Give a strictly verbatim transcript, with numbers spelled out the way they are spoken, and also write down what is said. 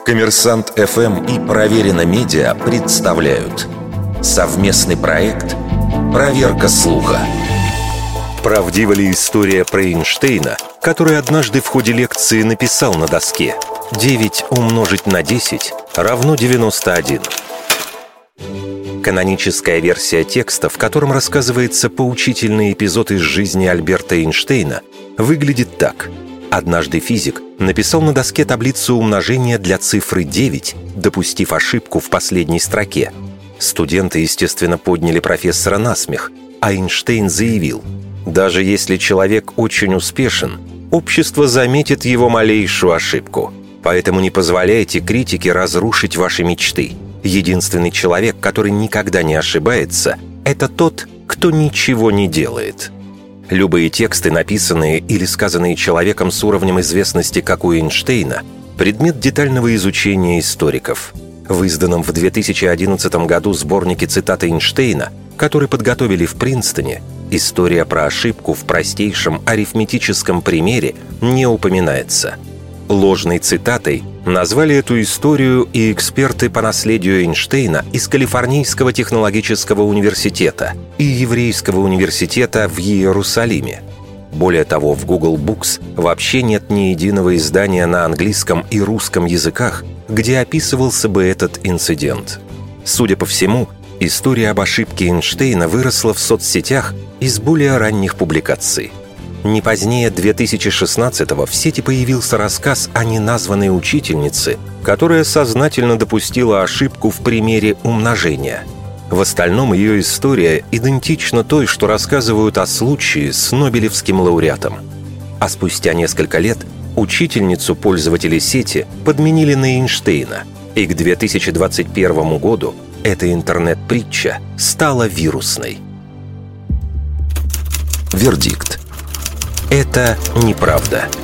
Коммерсант эф эм и Проверено Медиа представляют совместный проект «Проверка слуха». Правдива ли история про Эйнштейна, который однажды в ходе лекции написал на доске: девять умножить на десять равно девяносто один? Каноническая версия текста, в котором рассказывается поучительный эпизод из жизни Альберта Эйнштейна, выглядит так. Однажды физик написал на доске таблицу умножения для цифры девять, допустив ошибку в последней строке. Студенты, естественно, подняли профессора на смех, а Эйнштейн заявил: «Даже если человек очень успешен, общество заметит его малейшую ошибку. Поэтому не позволяйте критике разрушить ваши мечты. Единственный человек, который никогда не ошибается, это тот, кто ничего не делает». Любые тексты, написанные или сказанные человеком с уровнем известности, как у Эйнштейна, предмет детального изучения историков. В изданном в две тысячи одиннадцатом году сборнике цитат Эйнштейна, который подготовили в Принстоне, история про ошибку в простейшем арифметическом примере не упоминается. Ложной цитатой назвали эту историю и эксперты по наследию Эйнштейна из Калифорнийского технологического университета и Еврейского университета в Иерусалиме. Более того, в Google Books вообще нет ни единого издания на английском и русском языках, где описывался бы этот инцидент. Судя по всему, история об ошибке Эйнштейна выросла в соцсетях из более ранних публикаций. Не позднее две тысячи шестнадцатого в сети появился рассказ о неназванной учительнице, которая сознательно допустила ошибку в примере умножения. В остальном ее история идентична той, что рассказывают о случае с Нобелевским лауреатом. А спустя несколько лет учительницу пользователи сети подменили на Эйнштейна, и к две тысячи двадцать первому году эта интернет-притча стала вирусной. Вердикт. Это неправда.